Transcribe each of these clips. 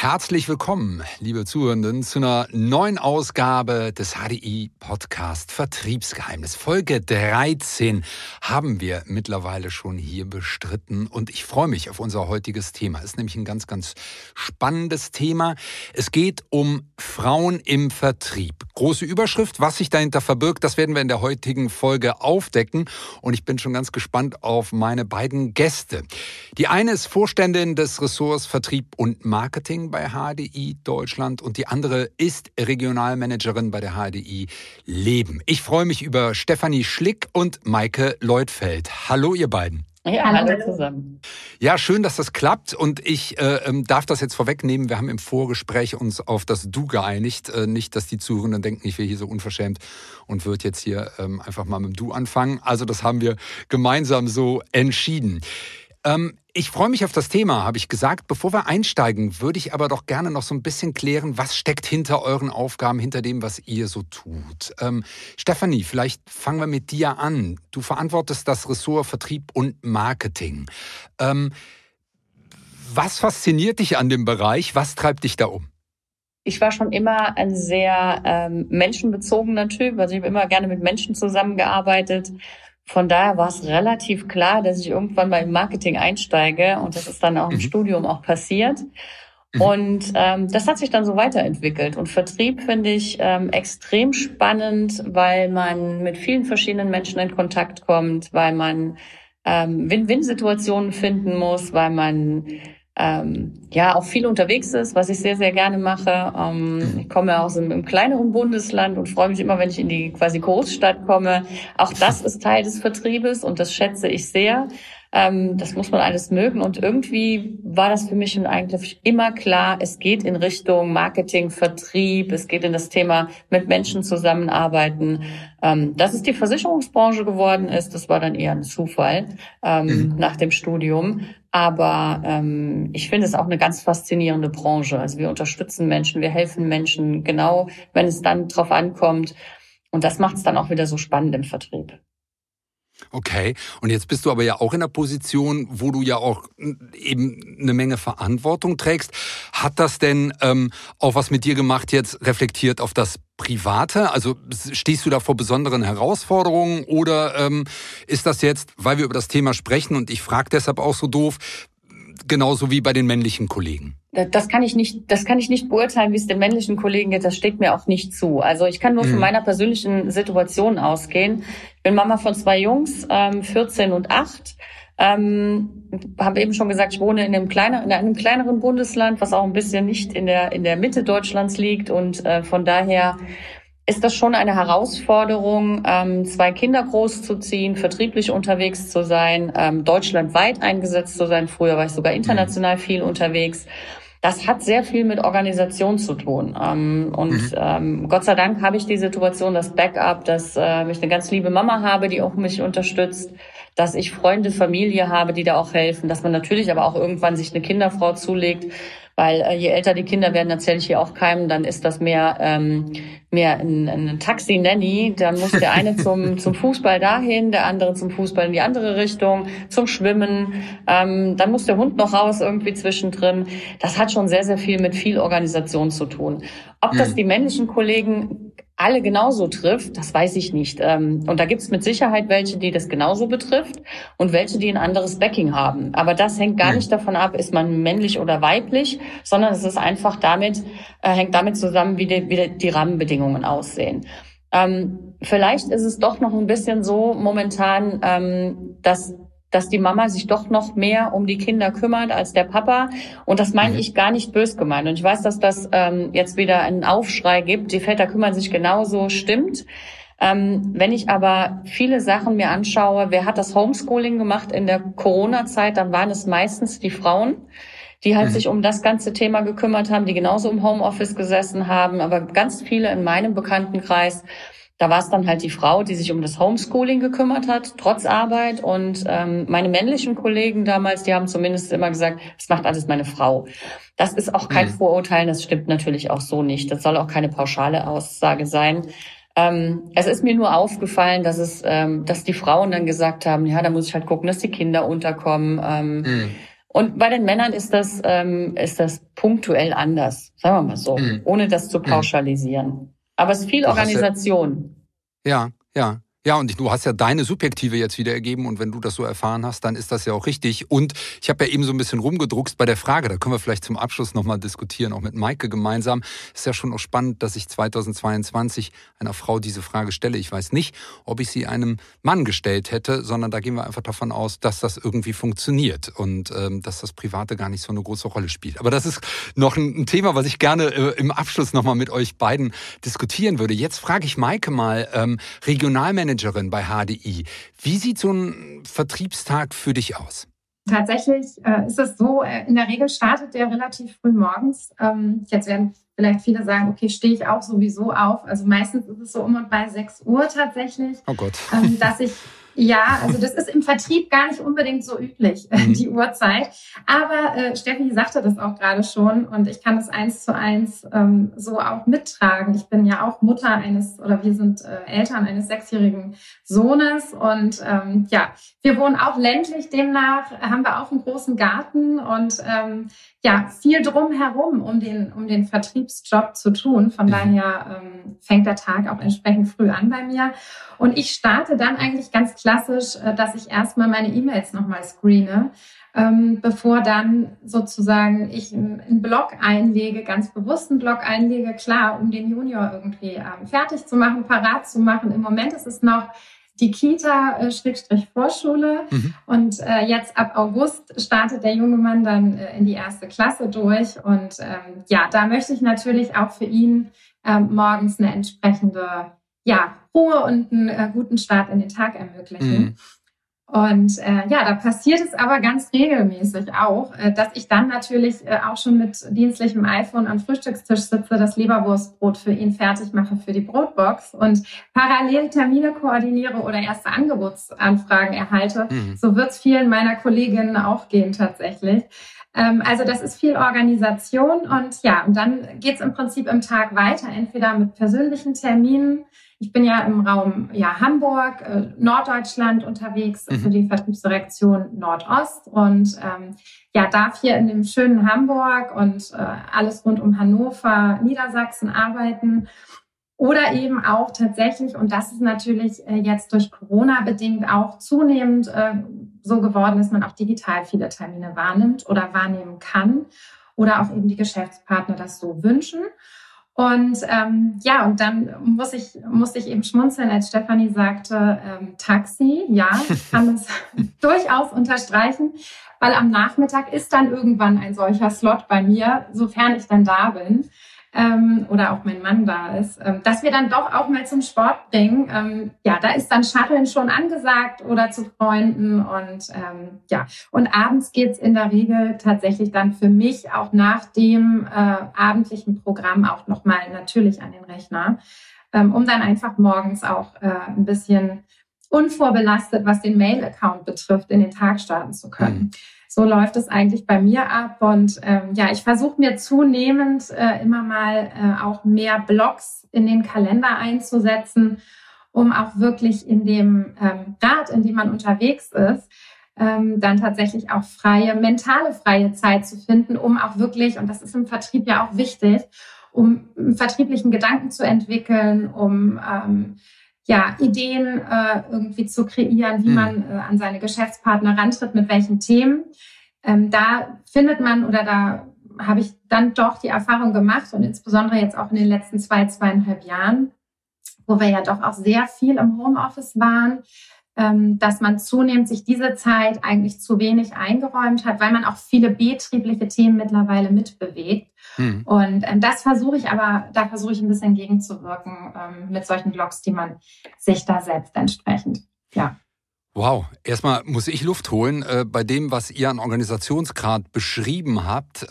Herzlich willkommen, liebe Zuhörenden, zu einer neuen Ausgabe des HDI-Podcast Vertriebsgeheimnis. Folge 13 haben wir mittlerweile schon hier bestritten und ich freue mich auf unser heutiges Thema. Es ist nämlich ein ganz, ganz spannendes Thema. Es geht um Frauen im Vertrieb. Große Überschrift, was sich dahinter verbirgt, das werden wir in der heutigen Folge aufdecken und ich bin schon ganz gespannt auf meine beiden Gäste. Die eine ist Vorständin des Ressorts Vertrieb und Marketing bei HDI Deutschland und die andere ist Regionalmanagerin bei der HDI Leben. Ich freue mich über Stefanie Schlick und Maike Leutfeld. Hallo ihr beiden. Ja, hallo zusammen. Ja, schön, dass das klappt und ich darf das jetzt vorwegnehmen. Wir haben im Vorgespräch uns auf das Du geeinigt. Nicht, dass die Zuhörenden denken, ich wäre hier so unverschämt und würde jetzt hier einfach mal mit dem Du anfangen. Also das haben wir gemeinsam so entschieden. Ich freue mich auf das Thema, habe ich gesagt. Bevor wir einsteigen, würde ich aber doch gerne noch so ein bisschen klären, was steckt hinter euren Aufgaben, hinter dem, was ihr so tut. Stefanie, vielleicht fangen wir mit dir an. Du verantwortest das Ressort Vertrieb und Marketing. Was fasziniert dich an dem Bereich? Was treibt dich da um? Ich war schon immer ein sehr menschenbezogener Typ. Also ich habe immer gerne mit Menschen zusammengearbeitet. Von daher war es relativ klar, dass ich irgendwann mal im Marketing einsteige und das ist dann auch im Studium auch passiert. Und das hat sich dann so weiterentwickelt. Und Vertrieb finde ich extrem spannend, weil man mit vielen verschiedenen Menschen in Kontakt kommt, weil man Win-Win-Situationen finden muss, weil man auch viel unterwegs ist, was ich sehr, sehr gerne mache. Ich komme aus einem kleineren Bundesland und freue mich immer, wenn ich in die quasi Großstadt komme. Auch das ist Teil des Vertriebes und das schätze ich sehr. Das muss man alles mögen und irgendwie war das für mich schon eigentlich immer klar, es geht in Richtung Marketing, Vertrieb, es geht in das Thema mit Menschen zusammenarbeiten. Dass es die Versicherungsbranche geworden ist, das war dann eher ein Zufall nach dem Studium. Aber ich finde es auch eine ganz faszinierende Branche. Also wir unterstützen Menschen, wir helfen Menschen, genau wenn es dann drauf ankommt. Und das macht es dann auch wieder so spannend im Vertrieb. Okay, und jetzt bist du aber ja auch in der Position, wo du ja auch eben eine Menge Verantwortung trägst. Hat das denn auch was mit dir gemacht jetzt, reflektiert auf das Private? Also stehst du da vor besonderen Herausforderungen oder ist das jetzt, weil wir über das Thema sprechen und ich frage deshalb auch so doof, genauso wie bei den männlichen Kollegen? Das kann ich nicht beurteilen, wie es den männlichen Kollegen geht. Das steht mir auch nicht zu. Also ich kann nur von meiner persönlichen Situation ausgehen. Ich bin Mama von 2 Jungs, 14 und 8. Habe eben schon gesagt, ich wohne in einem kleineren Bundesland, was auch ein bisschen nicht in der Mitte Deutschlands liegt. Und von daher ist das schon eine Herausforderung, 2 Kinder großzuziehen, vertrieblich unterwegs zu sein, deutschlandweit eingesetzt zu sein. Früher war ich sogar international viel unterwegs. Das hat sehr viel mit Organisation zu tun. Gott sei Dank habe ich die Situation, das Backup, dass ich eine ganz liebe Mama habe, die auch mich unterstützt, dass ich Freunde, Familie habe, die da auch helfen, dass man natürlich aber auch irgendwann sich eine Kinderfrau zulegt, weil je älter die Kinder werden, erzähle ich hier auch keinem, dann ist das mehr ein Taxi-Nanny. Dann muss der eine zum Fußball dahin, der andere zum Fußball in die andere Richtung, zum Schwimmen. Dann muss der Hund noch raus irgendwie zwischendrin. Das hat schon sehr, sehr viel mit viel Organisation zu tun. Ob das die männlichen Kollegen alle genauso trifft, das weiß ich nicht. Und da gibt es mit Sicherheit welche, die das genauso betrifft und welche, die ein anderes Backing haben. Aber das hängt gar nicht davon ab, ist man männlich oder weiblich, sondern es ist einfach hängt damit zusammen, wie die Rahmenbedingungen aussehen. Vielleicht ist es doch noch ein bisschen so momentan, dass die Mama sich doch noch mehr um die Kinder kümmert als der Papa. Und das meine ich gar nicht bös gemeint. Und ich weiß, dass das jetzt wieder einen Aufschrei gibt. Die Väter kümmern sich genauso, stimmt. Wenn ich aber viele Sachen mir anschaue, wer hat das Homeschooling gemacht in der Corona-Zeit, dann waren es meistens die Frauen, die halt sich um das ganze Thema gekümmert haben, die genauso im Homeoffice gesessen haben. Aber ganz viele in meinem Bekanntenkreis, da war es dann halt die Frau, die sich um das Homeschooling gekümmert hat, trotz Arbeit. Und meine männlichen Kollegen damals, die haben zumindest immer gesagt, das macht alles meine Frau. Das ist auch kein Vorurteil, das stimmt natürlich auch so nicht. Das soll auch keine pauschale Aussage sein. Es ist mir nur aufgefallen, dass die Frauen dann gesagt haben, ja, da muss ich halt gucken, dass die Kinder unterkommen. Und bei den Männern ist das punktuell anders, sagen wir mal so, ohne das zu pauschalisieren. Aber es ist viel Organisation. Ja. Ja, und du hast ja deine Subjektive jetzt wieder ergeben und wenn du das so erfahren hast, dann ist das ja auch richtig. Und ich habe ja eben so ein bisschen rumgedruckst bei der Frage, da können wir vielleicht zum Abschluss nochmal diskutieren, auch mit Maike gemeinsam. Ist ja schon auch spannend, dass ich 2022 einer Frau diese Frage stelle. Ich weiß nicht, ob ich sie einem Mann gestellt hätte, sondern da gehen wir einfach davon aus, dass das irgendwie funktioniert und dass das Private gar nicht so eine große Rolle spielt. Aber das ist noch ein Thema, was ich gerne im Abschluss nochmal mit euch beiden diskutieren würde. Jetzt frage ich Maike mal, Regionalmanagerin bei HDI. Wie sieht so ein Vertriebstag für dich aus? Tatsächlich ist es so, in der Regel startet der relativ früh morgens. Jetzt werden vielleicht viele sagen, okay, stehe ich auch sowieso auf. Also meistens ist es so um und bei 6 Uhr tatsächlich. Oh Gott. Dass ich also das ist im Vertrieb gar nicht unbedingt so üblich, die Uhrzeit. Aber Steffi sagte das auch gerade schon und ich kann das 1:1 so auch mittragen. Ich bin ja auch Mutter wir sind Eltern eines 6-jährigen Sohnes und wir wohnen auch ländlich, demnach haben wir auch einen großen Garten und viel drumherum, um den Vertriebsjob zu tun. Von daher fängt der Tag auch entsprechend früh an bei mir. Und ich starte dann eigentlich ganz klassisch, dass ich erstmal meine E-Mails nochmal screene, bevor dann sozusagen ich einen Blog einlege, ganz bewusst einen Blog einlege, klar, um den Junior irgendwie fertig zu machen, parat zu machen. Im Moment ist es noch die Kita-Vorschule und jetzt ab August startet der junge Mann dann in die 1. Klasse durch und da möchte ich natürlich auch für ihn morgens eine entsprechende Ruhe und einen guten Start in den Tag ermöglichen. Und da passiert es aber ganz regelmäßig auch, dass ich dann natürlich auch schon mit dienstlichem iPhone am Frühstückstisch sitze, das Leberwurstbrot für ihn fertig mache für die Brotbox und parallel Termine koordiniere oder erste Angebotsanfragen erhalte. So wird es vielen meiner Kolleginnen auch gehen tatsächlich. Also das ist viel Organisation und dann geht es im Prinzip im Tag weiter, entweder mit persönlichen Terminen. Ich bin ja im Raum Hamburg, Norddeutschland unterwegs für die Vertriebsdirektion Nordost und darf hier in dem schönen Hamburg und alles rund um Hannover, Niedersachsen arbeiten. Oder eben auch tatsächlich, und das ist natürlich jetzt durch Corona bedingt auch zunehmend so geworden, dass man auch digital viele Termine wahrnimmt oder wahrnehmen kann oder auch eben die Geschäftspartner das so wünschen. Und und dann muss ich eben schmunzeln, als Stefanie sagte, Taxi, ich kann das durchaus unterstreichen, weil am Nachmittag ist dann irgendwann ein solcher Slot bei mir, sofern ich dann da bin. Oder auch mein Mann da ist, dass wir dann doch auch mal zum Sport bringen. Da ist dann Shutteln schon angesagt oder zu Freunden und abends geht's in der Regel tatsächlich dann für mich auch nach dem abendlichen Programm auch nochmal natürlich an den Rechner, um dann einfach morgens auch ein bisschen unvorbelastet, was den Mail-Account betrifft, in den Tag starten zu können. So läuft es eigentlich bei mir ab und ich versuche mir zunehmend immer mal auch mehr Blocks in den Kalender einzusetzen, um auch wirklich in dem Rad, in dem man unterwegs ist, dann tatsächlich auch mentale freie Zeit zu finden, um auch wirklich, und das ist im Vertrieb ja auch wichtig, um einen vertrieblichen Gedanken zu entwickeln, um Ideen irgendwie zu kreieren, wie man an seine Geschäftspartner rantritt, mit welchen Themen. Da findet man oder da habe ich dann doch die Erfahrung gemacht und insbesondere jetzt auch in den letzten 2,5 Jahren, wo wir ja doch auch sehr viel im Homeoffice waren, dass man zunehmend sich diese Zeit eigentlich zu wenig eingeräumt hat, weil man auch viele betriebliche Themen mittlerweile mitbewegt. Und da versuche ich ein bisschen gegenzuwirken mit solchen Blogs, die man sich da selbst entsprechend, Wow, erstmal muss ich Luft holen bei dem, was ihr an Organisationsgrad beschrieben habt.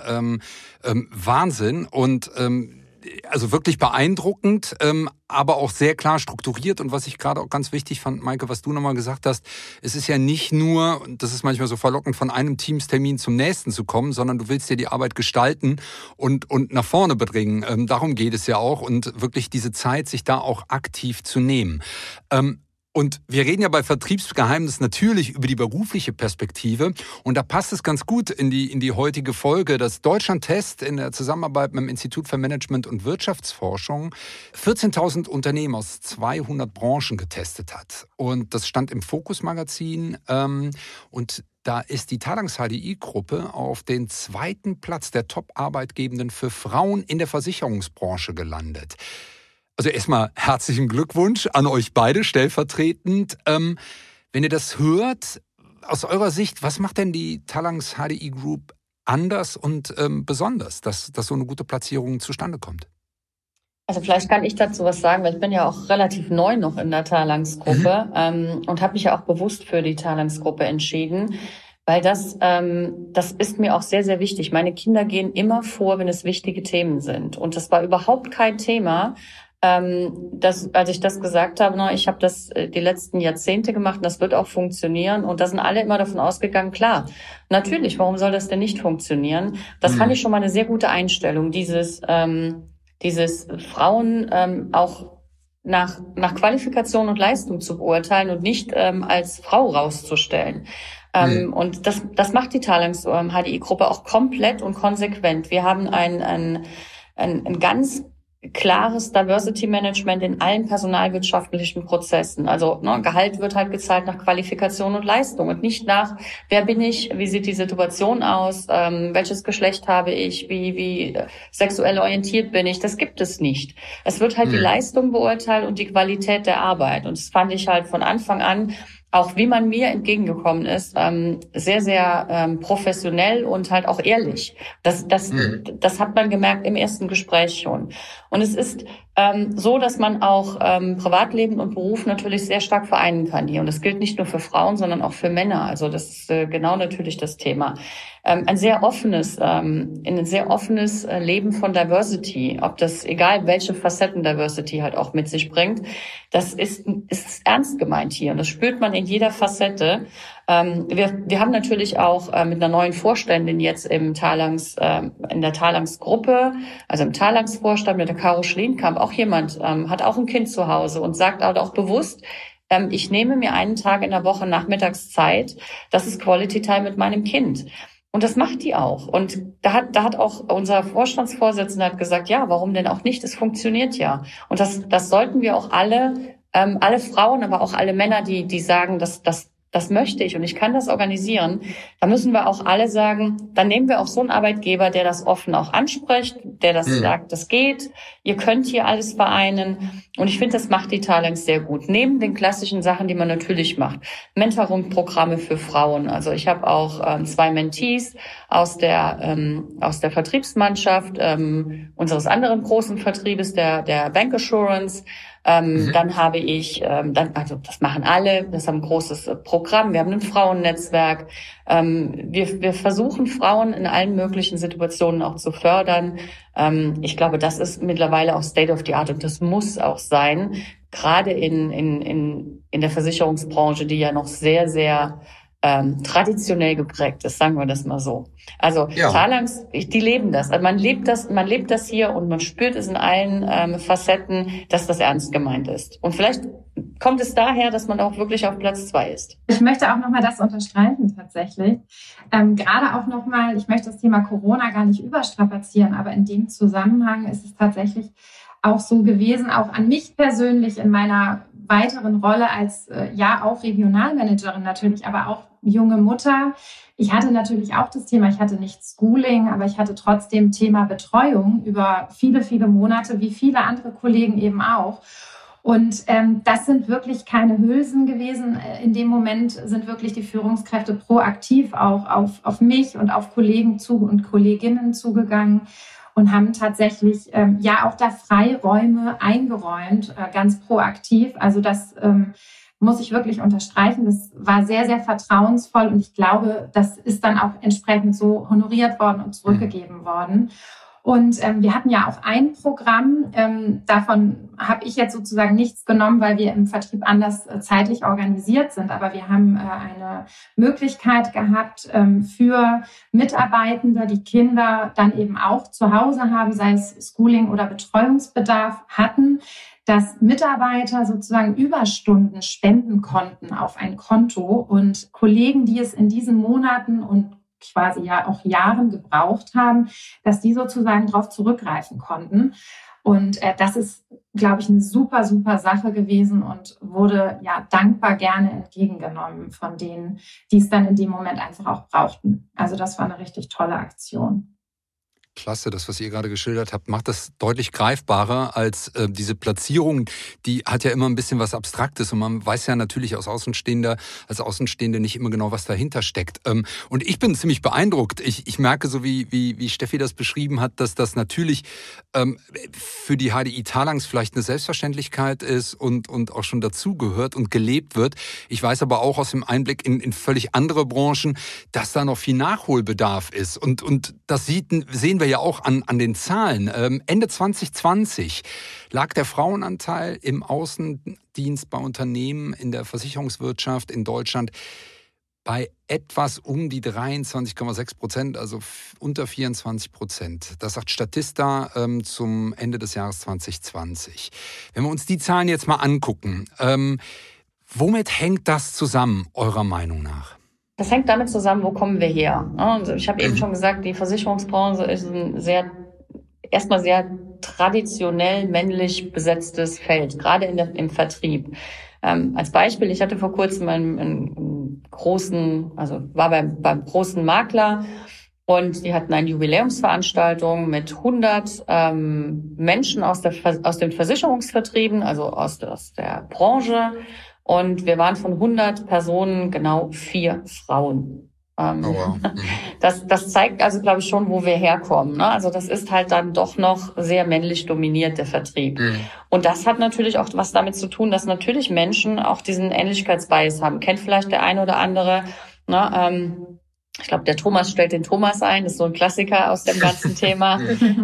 Wahnsinn und also wirklich beeindruckend, aber auch sehr klar strukturiert. Und was ich gerade auch ganz wichtig fand, Maike, was du nochmal gesagt hast, es ist ja nicht nur, und das ist manchmal so verlockend, von einem Teamstermin zum nächsten zu kommen, sondern du willst dir die Arbeit gestalten und nach vorne bringen. Darum geht es ja auch und wirklich diese Zeit, sich da auch aktiv zu nehmen. Und wir reden ja bei Vertriebsgeheimnis natürlich über die berufliche Perspektive. Und da passt es ganz gut in die heutige Folge, dass Deutschlandtest in der Zusammenarbeit mit dem Institut für Management und Wirtschaftsforschung 14.000 Unternehmen aus 200 Branchen getestet hat. Und das stand im Fokus-Magazin. Und da ist die Talanx HDI-Gruppe auf den 2. Platz der Top-Arbeitgebenden für Frauen in der Versicherungsbranche gelandet. Also erstmal herzlichen Glückwunsch an euch beide stellvertretend. Wenn ihr das hört, aus eurer Sicht, was macht denn die Talanx HDI Group anders und besonders, dass so eine gute Platzierung zustande kommt? Also vielleicht kann ich dazu was sagen, weil ich bin ja auch relativ neu noch in der Talanx-Gruppe und habe mich ja auch bewusst für die Talanx-Gruppe entschieden, weil das ist mir auch sehr, sehr wichtig. Meine Kinder gehen immer vor, wenn es wichtige Themen sind. Und das war überhaupt kein Thema, als ich das gesagt habe, ich habe das die letzten Jahrzehnte gemacht und das wird auch funktionieren. Und da sind alle immer davon ausgegangen, klar, natürlich, warum soll das denn nicht funktionieren? Das fand ich schon mal eine sehr gute Einstellung, dieses Frauen auch nach Qualifikation und Leistung zu beurteilen und nicht als Frau rauszustellen. Und das macht die Talanx HDI-Gruppe auch komplett und konsequent. Wir haben ein ganz klares Diversity Management in allen personalwirtschaftlichen Prozessen. Also Gehalt wird halt gezahlt nach Qualifikation und Leistung und nicht nach, wer bin ich, wie sieht die Situation aus, welches Geschlecht habe ich, wie sexuell orientiert bin ich. Das gibt es nicht. Es wird halt die Leistung beurteilt und die Qualität der Arbeit. Und das fand ich halt von Anfang an, auch wie man mir entgegengekommen ist, sehr, sehr professionell und halt auch ehrlich. Das hat man gemerkt im ersten Gespräch schon. Und es ist so, dass man auch Privatleben und Beruf natürlich sehr stark vereinen kann hier. Und das gilt nicht nur für Frauen, sondern auch für Männer. Also das ist genau natürlich das Thema. Ein sehr offenes Leben von Diversity, ob das, egal welche Facetten Diversity halt auch mit sich bringt, das ist ernst gemeint hier und das spürt man in jeder Facette. Wir haben natürlich auch mit einer neuen Vorständin jetzt in der Talanx-Gruppe, also im Talanx-Vorstand mit der Caro Schleenkamp, auch jemand, hat auch ein Kind zu Hause und sagt halt auch bewusst, ich nehme mir einen Tag in der Woche Nachmittagszeit, das ist Quality Time mit meinem Kind. Und das macht die auch. Und da hat auch unser Vorstandsvorsitzender gesagt, ja, warum denn auch nicht? Es funktioniert ja. Und das sollten wir auch alle Frauen, aber auch alle Männer, die sagen, das möchte ich und ich kann das organisieren. Da müssen wir auch alle sagen, dann nehmen wir auch so einen Arbeitgeber, der das offen auch anspricht, der das sagt, das geht, ihr könnt hier alles vereinen. Und ich finde, das macht die Talanx sehr gut. Neben den klassischen Sachen, die man natürlich macht. Mentoring-Programme für Frauen. Also ich habe auch 2 Mentees aus der Vertriebsmannschaft unseres anderen großen Vertriebes, der Bank Assurance. Dann habe ich, also das machen alle, das haben ein großes Programm, wir haben ein Frauennetzwerk. Wir versuchen Frauen in allen möglichen Situationen auch zu fördern. Ich glaube, das ist mittlerweile auch State of the Art und das muss auch sein, gerade in der Versicherungsbranche, die ja noch sehr, sehr traditionell geprägt ist, sagen wir das mal so. Also ja. Talanx, die leben das. Also man lebt das hier und man spürt es in allen Facetten, dass das ernst gemeint ist. Und vielleicht kommt es daher, dass man auch wirklich auf Platz 2 ist. Ich möchte auch nochmal das unterstreichen tatsächlich. Gerade auch nochmal, ich möchte das Thema Corona gar nicht überstrapazieren, aber in dem Zusammenhang ist es tatsächlich auch so gewesen, auch an mich persönlich in meiner weiteren Rolle als auch Regionalmanagerin natürlich, aber auch junge Mutter. Ich hatte natürlich auch das Thema, ich hatte nicht Schooling, aber ich hatte trotzdem Thema Betreuung über viele, viele Monate, wie viele andere Kollegen eben auch. Und das sind wirklich keine Hülsen gewesen. In dem Moment sind wirklich die Führungskräfte proaktiv auch auf mich und auf Kollegen und Kolleginnen zugegangen und haben tatsächlich auch da Freiräume eingeräumt, ganz proaktiv. Also das muss ich wirklich unterstreichen. Das war sehr, sehr vertrauensvoll und ich glaube, das ist dann auch entsprechend so honoriert worden und zurückgegeben worden. Und wir hatten ja auch ein Programm, davon habe ich jetzt sozusagen nichts genommen, weil wir im Vertrieb anders zeitlich organisiert sind. Aber wir haben eine Möglichkeit gehabt für Mitarbeitende, die Kinder dann eben auch zu Hause haben, sei es Schooling oder Betreuungsbedarf hatten, dass Mitarbeiter sozusagen Überstunden spenden konnten auf ein Konto und Kollegen, die es in diesen Monaten und quasi ja auch Jahren gebraucht haben, dass die sozusagen darauf zurückgreifen konnten. Und das ist, glaube ich, eine super, super Sache gewesen und wurde ja dankbar gerne entgegengenommen von denen, die es dann in dem Moment einfach auch brauchten. Also das war eine richtig tolle Aktion. Klasse, das, was ihr gerade geschildert habt, macht das deutlich greifbarer als diese Platzierung. Die hat ja immer ein bisschen was Abstraktes und man weiß ja natürlich als Außenstehende nicht immer genau, was dahinter steckt. Und ich bin ziemlich beeindruckt. Ich merke, so wie Steffi das beschrieben hat, dass das natürlich für die HDI Talanx vielleicht eine Selbstverständlichkeit ist und auch schon dazugehört und gelebt wird. Ich weiß aber auch aus dem Einblick in völlig andere Branchen, dass da noch viel Nachholbedarf ist. Und das sehen wir ja auch an den Zahlen. Ende 2020 lag der Frauenanteil im Außendienst bei Unternehmen in der Versicherungswirtschaft in Deutschland bei etwas um die 23,6%, also unter 24%. Das sagt Statista zum Ende des Jahres 2020. Wenn wir uns die Zahlen jetzt mal angucken, womit hängt das zusammen, eurer Meinung nach? Das hängt damit zusammen, wo kommen wir her? Also ich habe eben schon gesagt, die Versicherungsbranche ist ein erstmal sehr traditionell männlich besetztes Feld, gerade im Vertrieb. Als Beispiel, ich hatte vor kurzem einen großen, war beim großen Makler und die hatten eine Jubiläumsveranstaltung mit 100 Menschen aus den Versicherungsvertrieben, also aus der Branche. Und wir waren von 100 Personen genau 4 Frauen. Das zeigt also, glaube ich, schon, wo wir herkommen. Ne? Also das ist halt dann doch noch sehr männlich dominiert, der Vertrieb. Und das hat natürlich auch was damit zu tun, dass natürlich Menschen auch diesen Ähnlichkeitsbias haben. Kennt vielleicht der eine oder andere, ne? Ich glaube, der Thomas stellt den Thomas ein. Das ist so ein Klassiker aus dem ganzen Thema.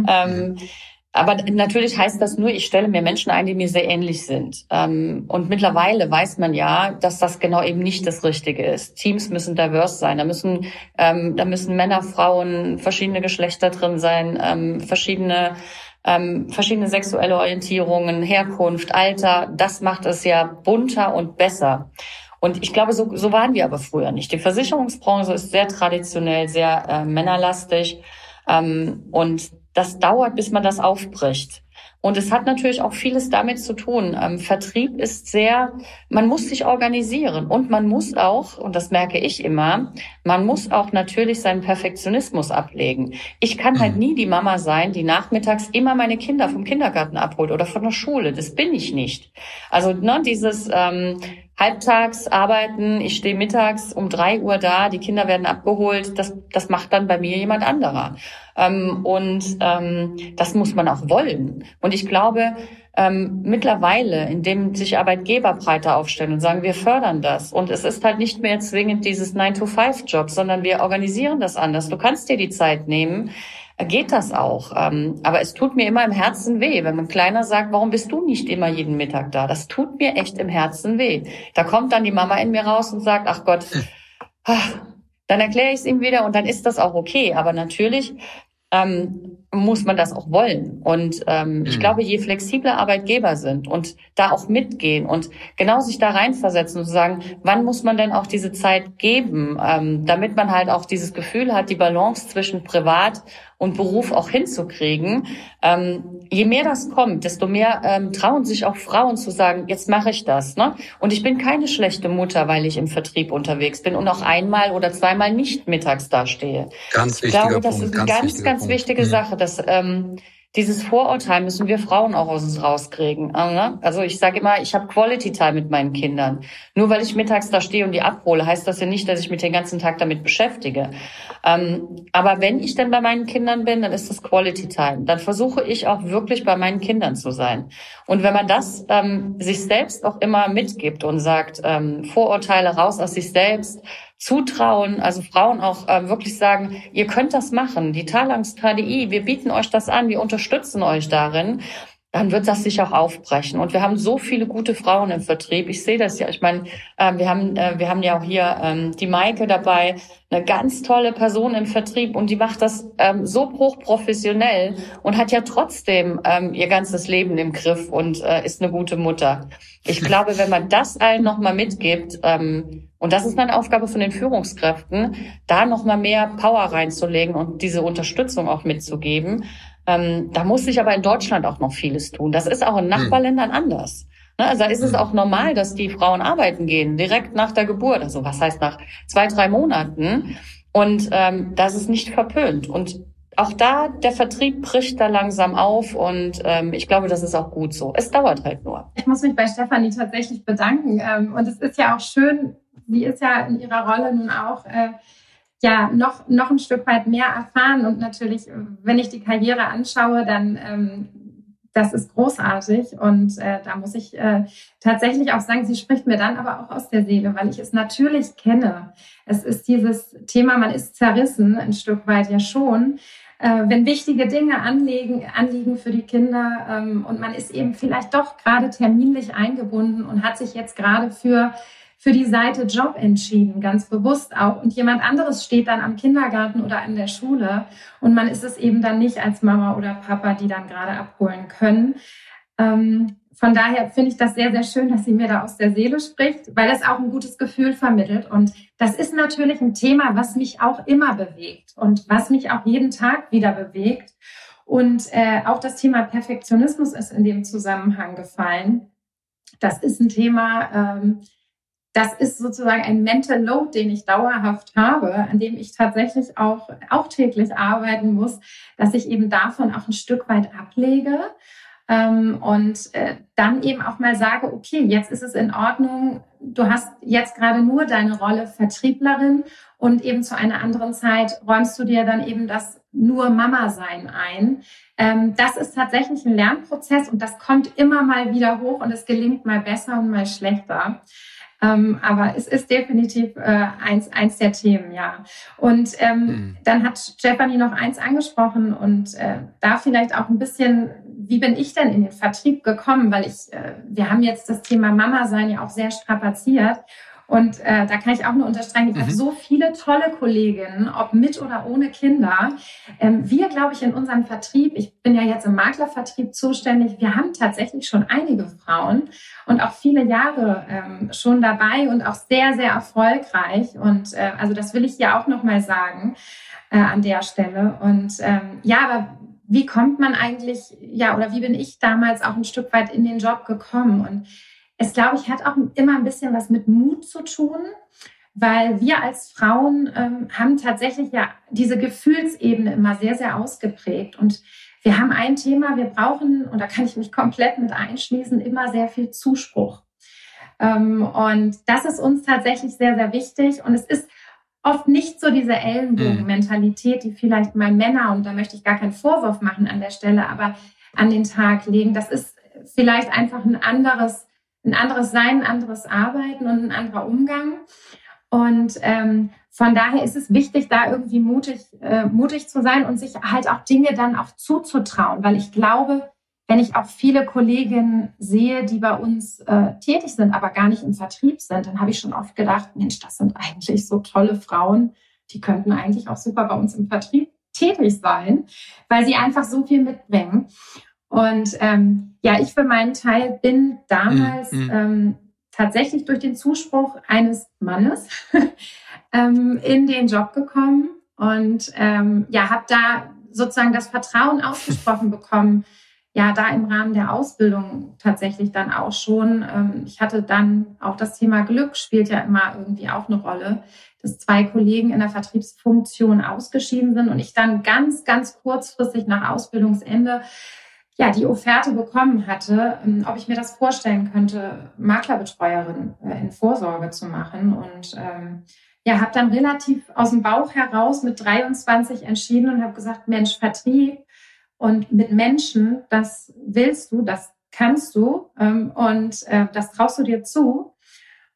Aber natürlich heißt das nur, ich stelle mir Menschen ein, die mir sehr ähnlich sind. Und mittlerweile weiß man ja, dass das genau eben nicht das Richtige ist. Teams müssen diverse sein. Da müssen Männer, Frauen, verschiedene Geschlechter drin sein, verschiedene sexuelle Orientierungen, Herkunft, Alter. Das macht es ja bunter und besser. Und ich glaube, so waren wir aber früher nicht. Die Versicherungsbranche ist sehr traditionell, sehr männerlastig. Und das dauert, bis man das aufbricht. Und es hat natürlich auch vieles damit zu tun. Vertrieb ist man muss sich organisieren und man muss auch, und das merke ich immer, man muss auch natürlich seinen Perfektionismus ablegen. Ich kann halt nie die Mama sein, die nachmittags immer meine Kinder vom Kindergarten abholt oder von der Schule. Das bin ich nicht. Also dieses halbtags arbeiten, ich stehe mittags um 3 Uhr da, die Kinder werden abgeholt, das macht dann bei mir jemand anderer. Das muss man auch wollen. Und ich glaube, mittlerweile, indem sich Arbeitgeber breiter aufstellen und sagen, wir fördern das. Und es ist halt nicht mehr zwingend dieses 9-to-5-Job, sondern wir organisieren das anders. Du kannst dir die Zeit nehmen, geht das auch. Aber es tut mir immer im Herzen weh, wenn ein Kleiner sagt, warum bist du nicht immer jeden Mittag da? Das tut mir echt im Herzen weh. Da kommt dann die Mama in mir raus und sagt, ach Gott, dann erkläre ich es ihm wieder und dann ist das auch okay. Aber natürlich muss man das auch wollen. Und ich glaube, je flexibler Arbeitgeber sind und da auch mitgehen und genau sich da reinversetzen und sagen, wann muss man denn auch diese Zeit geben, damit man halt auch dieses Gefühl hat, die Balance zwischen Privat und Beruf auch hinzukriegen. Je mehr das kommt, desto mehr trauen sich auch Frauen zu sagen, jetzt mache ich das. Ne? Und ich bin keine schlechte Mutter, weil ich im Vertrieb unterwegs bin und auch einmal oder zweimal nicht mittags dastehe. Ganz wichtiger Punkt. Ich glaube, das ist eine ganz wichtige Sache. Dieses Vorurteil müssen wir Frauen auch aus uns rauskriegen. Also ich sage immer, ich habe Quality Time mit meinen Kindern. Nur weil ich mittags da stehe und die abhole, heißt das ja nicht, dass ich mich den ganzen Tag damit beschäftige. Aber wenn ich dann bei meinen Kindern bin, dann ist das Quality Time. Dann versuche ich auch wirklich bei meinen Kindern zu sein. Und wenn man das sich selbst auch immer mitgibt und sagt, Vorurteile raus aus sich selbst, zutrauen, also Frauen auch wirklich sagen, ihr könnt das machen. Die Talanx KDI, wir bieten euch das an, wir unterstützen euch darin. Dann wird das sich auch aufbrechen. Und wir haben so viele gute Frauen im Vertrieb. Ich sehe das ja. Ich meine, wir haben ja auch hier die Maike dabei, eine ganz tolle Person im Vertrieb. Und die macht das so hochprofessionell und hat ja trotzdem ihr ganzes Leben im Griff und ist eine gute Mutter. Ich glaube, wenn man das allen nochmal mitgibt, und das ist eine Aufgabe von den Führungskräften, da nochmal mehr Power reinzulegen und diese Unterstützung auch mitzugeben. Da muss sich aber in Deutschland auch noch vieles tun. Das ist auch in Nachbarländern anders. Also da ist es auch normal, dass die Frauen arbeiten gehen, direkt nach der Geburt. Also was heißt nach 2-3 Monaten? Und das ist nicht verpönt. Und auch da, der Vertrieb bricht da langsam auf. Und ich glaube, das ist auch gut so. Es dauert halt nur. Ich muss mich bei Stefanie tatsächlich bedanken. Und es ist ja auch schön, sie ist ja in ihrer Rolle nun auch noch ein Stück weit mehr erfahren. Und natürlich, wenn ich die Karriere anschaue, dann das ist großartig. Und da muss ich tatsächlich auch sagen, sie spricht mir dann aber auch aus der Seele, weil ich es natürlich kenne. Es ist dieses Thema, man ist zerrissen, ein Stück weit ja schon. Wenn wichtige Dinge anliegen für die Kinder und man ist eben vielleicht doch gerade terminlich eingebunden und hat sich jetzt gerade für die Seite Job entschieden, ganz bewusst auch. Und jemand anderes steht dann am Kindergarten oder an der Schule und man ist es eben dann nicht als Mama oder Papa, die dann gerade abholen können. Von daher finde ich das sehr, sehr schön, dass sie mir da aus der Seele spricht, weil das auch ein gutes Gefühl vermittelt. Und das ist natürlich ein Thema, was mich auch immer bewegt und was mich auch jeden Tag wieder bewegt. Und auch das Thema Perfektionismus ist in dem Zusammenhang gefallen. Das ist ein Thema, das ist sozusagen ein Mental Load, den ich dauerhaft habe, an dem ich tatsächlich auch täglich arbeiten muss, dass ich eben davon auch ein Stück weit ablege und dann eben auch mal sage, okay, jetzt ist es in Ordnung, du hast jetzt gerade nur deine Rolle Vertrieblerin und eben zu einer anderen Zeit räumst du dir dann eben das nur Mama-Sein ein. Das ist tatsächlich ein Lernprozess und das kommt immer mal wieder hoch und es gelingt mal besser und mal schlechter. Aber es ist definitiv eins der Themen, ja. Und dann hat Stefanie noch eins angesprochen und da vielleicht auch ein bisschen, wie bin ich denn in den Vertrieb gekommen? Weil wir haben jetzt das Thema Mama-Sein ja auch sehr strapaziert. Und da kann ich auch nur unterstreichen, ich habe so viele tolle Kolleginnen, ob mit oder ohne Kinder. Wir, glaube ich, in unserem Vertrieb, ich bin ja jetzt im Maklervertrieb zuständig, wir haben tatsächlich schon einige Frauen und auch viele Jahre schon dabei und auch sehr, sehr erfolgreich. Und also das will ich hier auch nochmal sagen an der Stelle. Und aber wie kommt man eigentlich, oder wie bin ich damals auch ein Stück weit in den Job gekommen? Und es, glaube ich, hat auch immer ein bisschen was mit Mut zu tun, weil wir als Frauen haben tatsächlich ja diese Gefühlsebene immer sehr, sehr ausgeprägt. Und wir haben ein Thema, wir brauchen, und da kann ich mich komplett mit einschließen, immer sehr viel Zuspruch. Und das ist uns tatsächlich sehr, sehr wichtig. Und es ist oft nicht so diese Ellenbogenmentalität, die vielleicht mal Männer, und da möchte ich gar keinen Vorwurf machen an der Stelle, aber an den Tag legen. Das ist vielleicht einfach ein anderes Sein, ein anderes Arbeiten und ein anderer Umgang. Und von daher ist es wichtig, da irgendwie mutig zu sein und sich halt auch Dinge dann auch zuzutrauen. Weil ich glaube, wenn ich auch viele Kolleginnen sehe, die bei uns tätig sind, aber gar nicht im Vertrieb sind, dann habe ich schon oft gedacht, Mensch, das sind eigentlich so tolle Frauen, die könnten eigentlich auch super bei uns im Vertrieb tätig sein, weil sie einfach so viel mitbringen. Und ich für meinen Teil bin damals tatsächlich durch den Zuspruch eines Mannes in den Job gekommen und habe da sozusagen das Vertrauen ausgesprochen bekommen, da im Rahmen der Ausbildung tatsächlich dann auch schon. Ich hatte dann auch das Thema Glück, spielt ja immer irgendwie auch eine Rolle, dass 2 Kollegen in der Vertriebsfunktion ausgeschieden sind und ich dann ganz, ganz kurzfristig nach Ausbildungsende die Offerte bekommen hatte, ob ich mir das vorstellen könnte, Maklerbetreuerin in Vorsorge zu machen. Und habe dann relativ aus dem Bauch heraus mit 23 entschieden und habe gesagt, Mensch, Vertrieb und mit Menschen, das willst du, das kannst du und das traust du dir zu.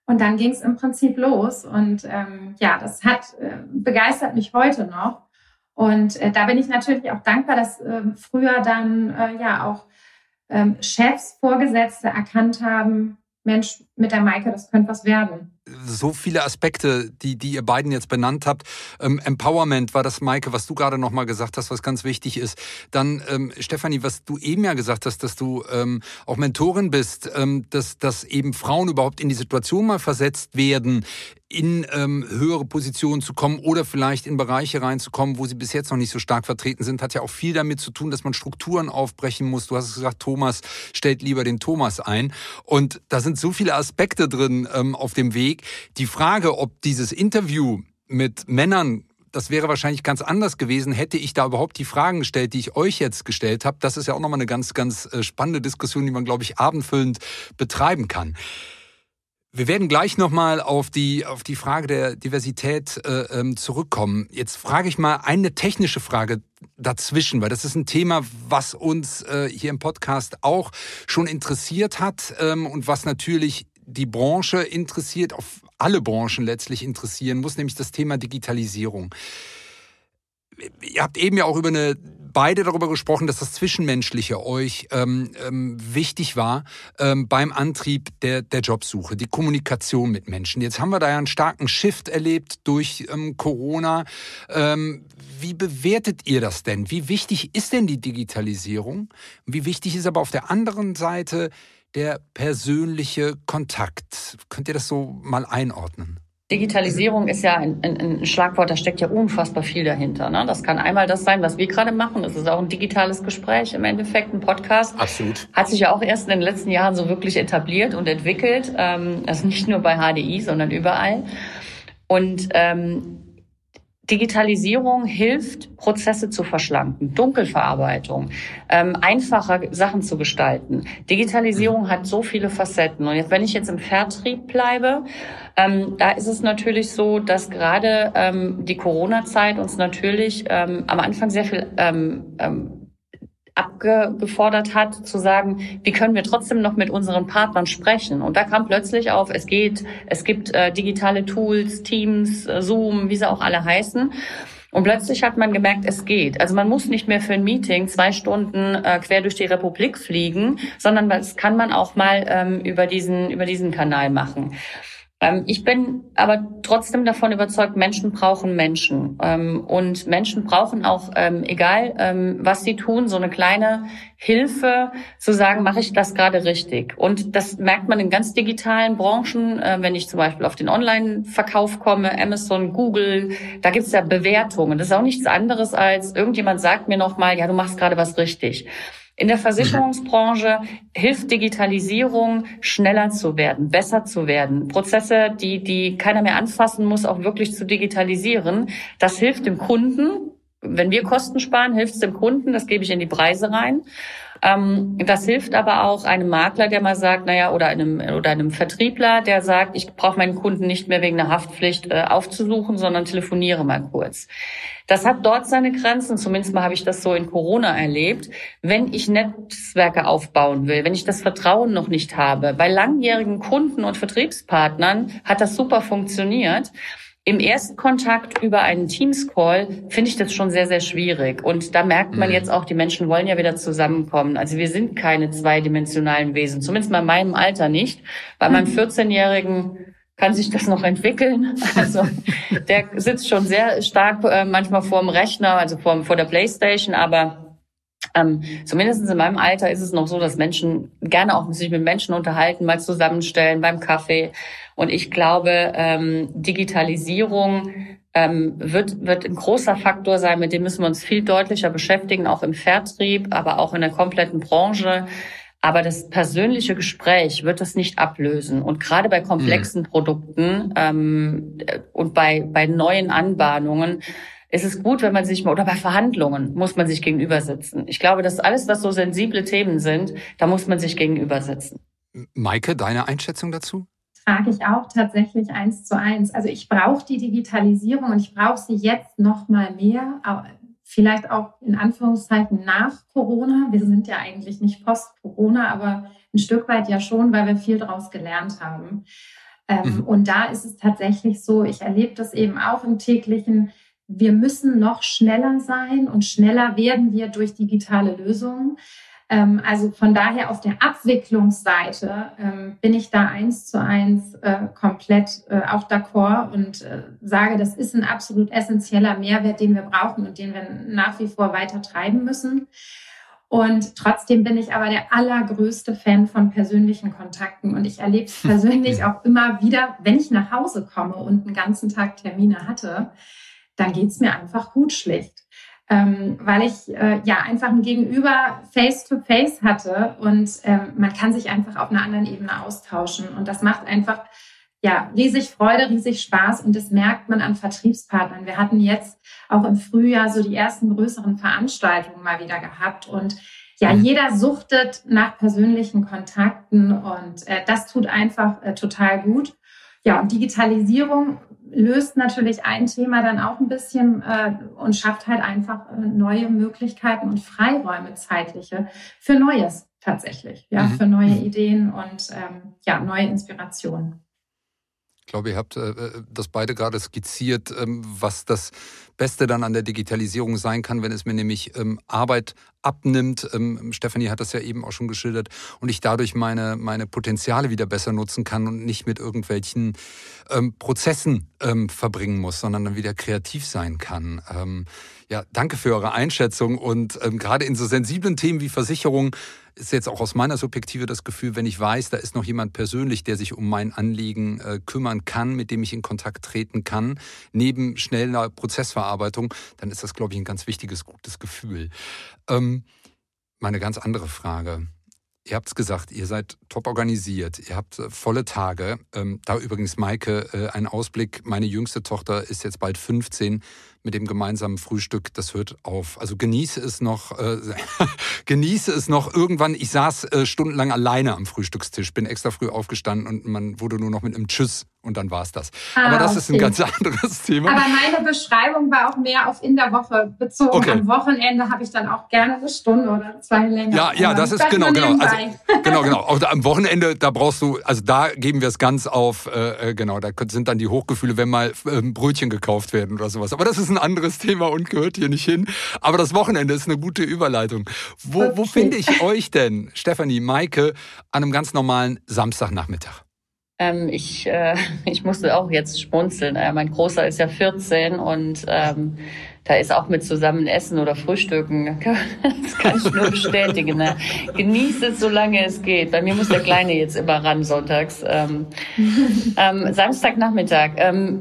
Und dann ging es im Prinzip los. Und das begeistert mich heute noch. Und da bin ich natürlich auch dankbar, dass früher dann auch Chefs, Vorgesetzte erkannt haben, Mensch, mit der Maike, das könnte was werden. So viele Aspekte, die ihr beiden jetzt benannt habt. Empowerment war das, Maike, was du gerade nochmal gesagt hast, was ganz wichtig ist. Dann, Stefanie, was du eben ja gesagt hast, dass du auch Mentorin bist, dass eben Frauen überhaupt in die Situation mal versetzt werden, in höhere Positionen zu kommen oder vielleicht in Bereiche reinzukommen, wo sie bis jetzt noch nicht so stark vertreten sind, hat ja auch viel damit zu tun, dass man Strukturen aufbrechen muss. Du hast es gesagt, Thomas stellt lieber den Thomas ein. Und da sind so viele Aspekte drin auf dem Weg. Die Frage, ob dieses Interview mit Männern, das wäre wahrscheinlich ganz anders gewesen, hätte ich da überhaupt die Fragen gestellt, die ich euch jetzt gestellt habe. Das ist ja auch nochmal eine ganz, ganz spannende Diskussion, die man, glaube ich, abendfüllend betreiben kann. Wir werden gleich nochmal auf die Frage der Diversität zurückkommen. Jetzt frage ich mal eine technische Frage dazwischen, weil das ist ein Thema, was uns hier im Podcast auch schon interessiert hat und was natürlich die Branche interessiert, auf alle Branchen letztlich interessieren muss, nämlich das Thema Digitalisierung. Ihr habt eben ja auch beide darüber gesprochen, dass das Zwischenmenschliche euch wichtig war beim Antrieb der Jobsuche, die Kommunikation mit Menschen. Jetzt haben wir da ja einen starken Shift erlebt durch Corona. Wie bewertet ihr das denn? Wie wichtig ist denn die Digitalisierung? Wie wichtig ist aber auf der anderen Seite der persönliche Kontakt? Könnt ihr das so mal einordnen? Digitalisierung ist ja ein Schlagwort, da steckt ja unfassbar viel dahinter. Ne? Das kann einmal das sein, was wir gerade machen. Es ist auch ein digitales Gespräch, im Endeffekt ein Podcast. Absolut. Hat sich ja auch erst in den letzten Jahren so wirklich etabliert und entwickelt. Also nicht nur bei HDI, sondern überall. Und Digitalisierung hilft, Prozesse zu verschlanken, Dunkelverarbeitung, einfacher Sachen zu gestalten. Digitalisierung hat so viele Facetten. Und jetzt, wenn ich jetzt im Vertrieb bleibe, da ist es natürlich so, dass gerade die Corona-Zeit uns natürlich am Anfang sehr viel abgefordert hat, zu sagen, wie können wir trotzdem noch mit unseren Partnern sprechen? Und da kam plötzlich auf, es gibt digitale Tools, Teams, Zoom, wie sie auch alle heißen. Und plötzlich hat man gemerkt, es geht. Also man muss nicht mehr für ein Meeting 2 Stunden quer durch die Republik fliegen, sondern das kann man auch mal über diesen Kanal machen. Ich bin aber trotzdem davon überzeugt, Menschen brauchen Menschen. Und Menschen brauchen auch, egal was sie tun, so eine kleine Hilfe zu sagen, mache ich das gerade richtig? Und das merkt man in ganz digitalen Branchen, wenn ich zum Beispiel auf den Online-Verkauf komme, Amazon, Google, da gibt's ja Bewertungen. Das ist auch nichts anderes als, irgendjemand sagt mir nochmal, ja, du machst gerade was richtig. In der Versicherungsbranche hilft Digitalisierung, schneller zu werden, besser zu werden. Prozesse, die keiner mehr anfassen muss, auch wirklich zu digitalisieren. Das hilft dem Kunden. Wenn wir Kosten sparen, hilft es dem Kunden. Das gebe ich in die Preise rein. Das hilft aber auch einem Makler, der mal sagt, oder einem Vertriebler, der sagt, ich brauche meinen Kunden nicht mehr wegen einer Haftpflicht aufzusuchen, sondern telefoniere mal kurz. Das hat dort seine Grenzen, zumindest mal habe ich das so in Corona erlebt. Wenn ich Netzwerke aufbauen will, wenn ich das Vertrauen noch nicht habe, bei langjährigen Kunden und Vertriebspartnern hat das super funktioniert. Im ersten Kontakt über einen Teams-Call finde ich das schon sehr, sehr schwierig. Und da merkt man jetzt auch, die Menschen wollen ja wieder zusammenkommen. Also wir sind keine zweidimensionalen Wesen, zumindest mal in meinem Alter nicht. Bei meinem 14-Jährigen kann sich das noch entwickeln. Also der sitzt schon sehr stark manchmal vor dem Rechner, also vor der Playstation, aber zumindest in meinem Alter ist es noch so, dass Menschen gerne auch sich mit Menschen unterhalten, mal zusammenstellen beim Kaffee. Und ich glaube, Digitalisierung wird ein großer Faktor sein, mit dem müssen wir uns viel deutlicher beschäftigen, auch im Vertrieb, aber auch in der kompletten Branche. Aber das persönliche Gespräch wird das nicht ablösen. Und gerade bei komplexen Produkten und bei neuen Anbahnungen ist es gut, wenn man sich mal, oder bei Verhandlungen muss man sich gegenüber sitzen. Ich glaube, dass alles, was so sensible Themen sind, da muss man sich gegenüber sitzen. Maike, deine Einschätzung dazu? Trage ich auch tatsächlich 1:1. Also ich brauche die Digitalisierung und ich brauche sie jetzt noch mal mehr, vielleicht auch in Anführungszeichen nach Corona. Wir sind ja eigentlich nicht post-Corona, aber ein Stück weit ja schon, weil wir viel daraus gelernt haben. Und da ist es tatsächlich so, ich erlebe das eben auch im täglichen, wir müssen noch schneller sein und schneller werden wir durch digitale Lösungen. Also von daher auf der Abwicklungsseite bin ich da 1:1 komplett auch d'accord und sage, das ist ein absolut essentieller Mehrwert, den wir brauchen und den wir nach wie vor weiter treiben müssen. Und trotzdem bin ich aber der allergrößte Fan von persönlichen Kontakten. Und ich erlebe es persönlich auch immer wieder, wenn ich nach Hause komme und einen ganzen Tag Termine hatte, dann geht's mir einfach gut schlicht. Weil ich einfach ein Gegenüber face-to-face hatte und man kann sich einfach auf einer anderen Ebene austauschen. Und das macht einfach riesig Freude, riesig Spaß und das merkt man an Vertriebspartnern. Wir hatten jetzt auch im Frühjahr so die ersten größeren Veranstaltungen mal wieder gehabt und jeder suchtet nach persönlichen Kontakten und das tut einfach total gut. Ja, und Digitalisierung löst natürlich ein Thema dann auch ein bisschen und schafft halt einfach neue Möglichkeiten und Freiräume zeitliche für Neues tatsächlich, für neue Ideen und neue Inspirationen. Ich glaube, ihr habt das beide gerade skizziert, was das Beste dann an der Digitalisierung sein kann, wenn es mir nämlich Arbeit abnimmt. Stefanie hat das ja eben auch schon geschildert und ich dadurch meine Potenziale wieder besser nutzen kann und nicht mit irgendwelchen Prozessen verbringen muss, sondern dann wieder kreativ sein kann. Danke für eure Einschätzung und gerade in so sensiblen Themen wie Versicherung ist jetzt auch aus meiner Subjektive das Gefühl, wenn ich weiß, da ist noch jemand persönlich, der sich um mein Anliegen kümmern kann, mit dem ich in Kontakt treten kann, neben schneller Prozessverarbeitung, dann ist das, glaube ich, ein ganz wichtiges, gutes Gefühl. Meine ganz andere Frage. Ihr habt es gesagt, ihr seid top organisiert, ihr habt volle Tage. Da übrigens, Maike, ein Ausblick. Meine jüngste Tochter ist jetzt bald 15 mit dem gemeinsamen Frühstück. Das hört auf. Also genieße es noch. Irgendwann, ich saß stundenlang alleine am Frühstückstisch, bin extra früh aufgestanden und man wurde nur noch mit einem Tschüss und dann war es das. Aber das ist ein ganz anderes Thema. Aber meine Beschreibung war auch mehr auf in der Woche bezogen. Okay. Am Wochenende habe ich dann auch gerne eine Stunde oder 2 länger. Ja, das ist genau. Also, genau. Auch am Wochenende, da brauchst du, also da geben wir es ganz auf, da sind dann die Hochgefühle, wenn mal Brötchen gekauft werden oder sowas. Aber das ist ein anderes Thema und gehört hier nicht hin. Aber das Wochenende ist eine gute Überleitung. Wo finde ich euch denn, Stefanie, Maike, an einem ganz normalen Samstagnachmittag? Ich musste auch jetzt schmunzeln. Mein Großer ist ja 14 und da ist auch mit zusammen Essen oder Frühstücken. Das kann ich nur bestätigen. Ne? Genieße es, solange es geht. Bei mir muss der Kleine jetzt immer ran sonntags. Samstagnachmittag.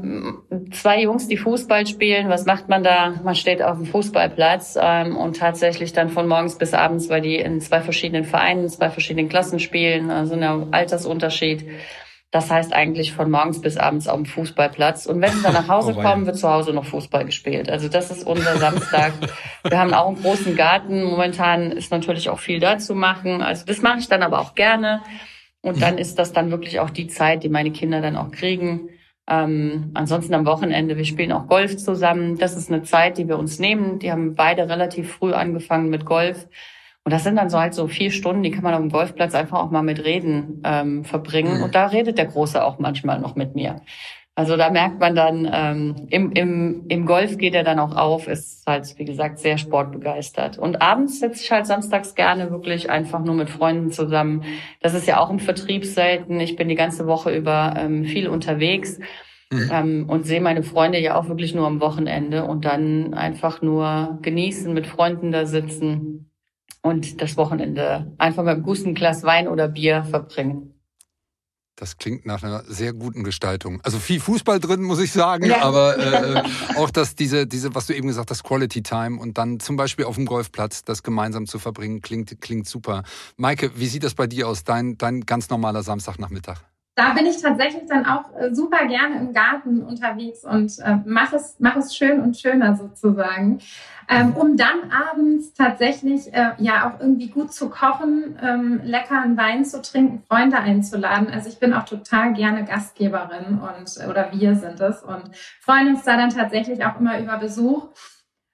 2 Jungs, die Fußball spielen. Was macht man da? Man steht auf dem Fußballplatz und tatsächlich dann von morgens bis abends, weil die in 2 verschiedenen Vereinen, 2 verschiedenen Klassen spielen. Also ein Altersunterschied. Das heißt eigentlich von morgens bis abends auf dem Fußballplatz. Und wenn sie dann nach Hause kommen, wird zu Hause noch Fußball gespielt. Also das ist unser Samstag. Wir haben auch einen großen Garten. Momentan ist natürlich auch viel da zu machen. Also das mache ich dann aber auch gerne. Und dann ist das dann wirklich auch die Zeit, die meine Kinder dann auch kriegen. Ansonsten am Wochenende, wir spielen auch Golf zusammen. Das ist eine Zeit, die wir uns nehmen. Die haben beide relativ früh angefangen mit Golf. Und das sind dann so 4 Stunden, die kann man auf dem Golfplatz einfach auch mal mit Reden verbringen. Und da redet der Große auch manchmal noch mit mir. Also da merkt man dann, im Golf geht er dann auch auf, ist halt, wie gesagt, sehr sportbegeistert. Und abends sitze ich halt samstags gerne wirklich einfach nur mit Freunden zusammen. Das ist ja auch im Vertrieb selten. Ich bin die ganze Woche über viel unterwegs. Und sehe meine Freunde ja auch wirklich nur am Wochenende und dann einfach nur genießen, mit Freunden da sitzen. Und das Wochenende einfach mit einem guten Glas Wein oder Bier verbringen. Das klingt nach einer sehr guten Gestaltung. Also viel Fußball drin, muss ich sagen, aber auch diese, was du eben gesagt hast, Quality Time und dann zum Beispiel auf dem Golfplatz das gemeinsam zu verbringen, klingt super. Maike, wie sieht das bei dir aus, dein ganz normaler Samstagnachmittag? Da bin ich tatsächlich dann auch super gerne im Garten unterwegs und mach es schön und schöner sozusagen. Um dann abends tatsächlich auch irgendwie gut zu kochen, leckeren Wein zu trinken, Freunde einzuladen. Also ich bin auch total gerne Gastgeberin oder wir sind es und freuen uns da dann tatsächlich auch immer über Besuch.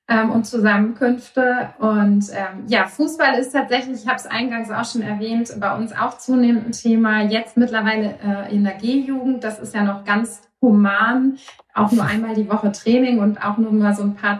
und Zusammenkünfte. Und Fußball ist tatsächlich, ich habe es eingangs auch schon erwähnt, bei uns auch zunehmend ein Thema. Jetzt mittlerweile in der G-Jugend, das ist ja noch ganz human, auch nur einmal die Woche Training und auch nur mal so ein paar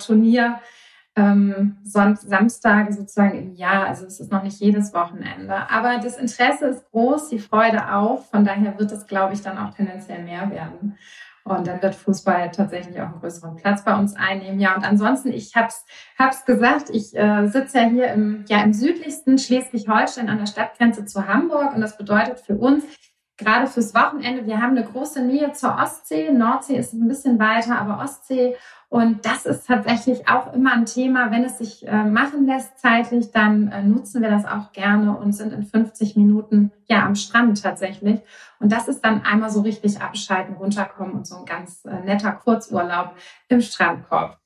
Samstage sozusagen im Jahr. Also es ist noch nicht jedes Wochenende. Aber das Interesse ist groß, die Freude auch. Von daher wird es, glaube ich, dann auch tendenziell mehr werden. Und dann wird Fußball tatsächlich auch einen größeren Platz bei uns einnehmen. Ja, und ansonsten, ich hab's gesagt, ich sitze ja hier im südlichsten Schleswig-Holstein an der Stadtgrenze zu Hamburg. Und das bedeutet für uns, gerade fürs Wochenende, wir haben eine große Nähe zur Ostsee. Nordsee ist ein bisschen weiter, aber Ostsee. Und das ist tatsächlich auch immer ein Thema, wenn es sich machen lässt zeitlich, dann nutzen wir das auch gerne und sind in 50 Minuten am Strand tatsächlich. Und das ist dann einmal so richtig abschalten, runterkommen und so ein ganz netter Kurzurlaub im Strandkorb.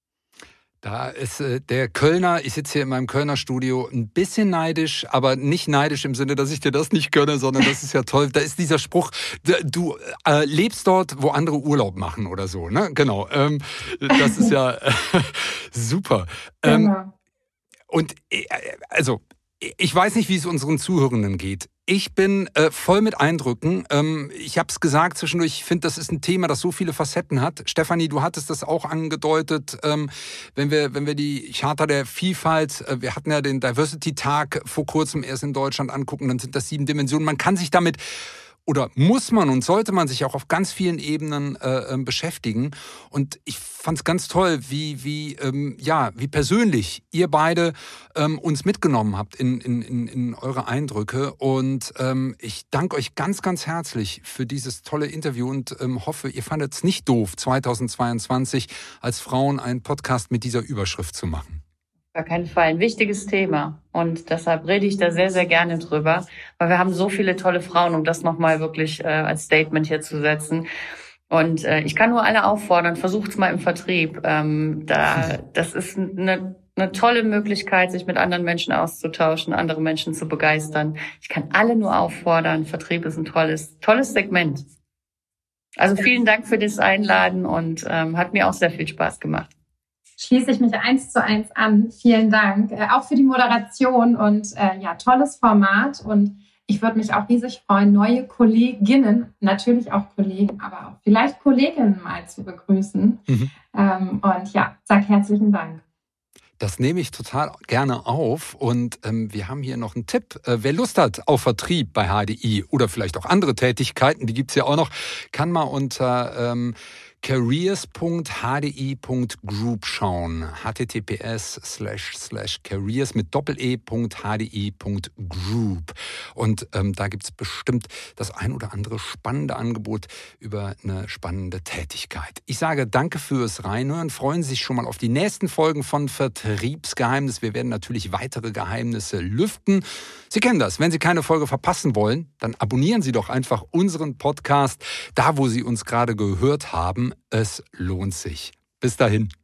Da ist der Kölner, ich sitze hier in meinem Kölner Studio, ein bisschen neidisch, aber nicht neidisch im Sinne, dass ich dir das nicht gönne, sondern das ist ja toll. Da ist dieser Spruch, du lebst dort, wo andere Urlaub machen oder so, ne? Genau, das ist ja super. Genau. Und also, ich weiß nicht, wie es unseren Zuhörenden geht. Ich bin voll mit Eindrücken. Ich habe es gesagt zwischendurch, ich finde, das ist ein Thema, das so viele Facetten hat. Stefanie, du hattest das auch angedeutet, wenn wir die Charta der Vielfalt, wir hatten ja den Diversity-Tag vor kurzem erst in Deutschland angucken, dann sind das 7 Dimensionen. Man kann sich damit oder muss man und sollte man sich auch auf ganz vielen Ebenen beschäftigen. Und ich fand es ganz toll, wie persönlich ihr beide uns mitgenommen habt in eure Eindrücke. Und ich danke euch ganz, ganz herzlich für dieses tolle Interview und hoffe, ihr fandet es nicht doof, 2022 als Frauen einen Podcast mit dieser Überschrift zu machen. Gar keinen Fall. Ein wichtiges Thema. Und deshalb rede ich da sehr, sehr gerne drüber, weil wir haben so viele tolle Frauen, um das nochmal wirklich als Statement hier zu setzen. Und ich kann nur alle auffordern, versucht's mal im Vertrieb. Das ist eine tolle Möglichkeit, sich mit anderen Menschen auszutauschen, andere Menschen zu begeistern. Ich kann alle nur auffordern, Vertrieb ist ein tolles Segment. Also vielen Dank für das Einladen und hat mir auch sehr viel Spaß gemacht. Schließe ich mich 1:1 an. Vielen Dank. Auch für die Moderation und tolles Format. Und ich würde mich auch riesig freuen, neue Kolleginnen, natürlich auch Kollegen, aber auch vielleicht Kolleginnen mal zu begrüßen. Sag herzlichen Dank. Das nehme ich total gerne auf und wir haben hier noch einen Tipp. Wer Lust hat auf Vertrieb bei HDI oder vielleicht auch andere Tätigkeiten, die gibt es ja auch noch, kann mal unter careers.hdi.group schauen. https://careers mit doppel-e.hdi.group. Und da gibt es bestimmt das ein oder andere spannende Angebot über eine spannende Tätigkeit. Ich sage danke fürs Reinhören. Freuen Sie sich schon mal auf die nächsten Folgen von Vertriebsgeheimnis. Wir werden natürlich weitere Geheimnisse lüften. Sie kennen das. Wenn Sie keine Folge verpassen wollen, dann abonnieren Sie doch einfach unseren Podcast, da wo Sie uns gerade gehört haben. Es lohnt sich. Bis dahin.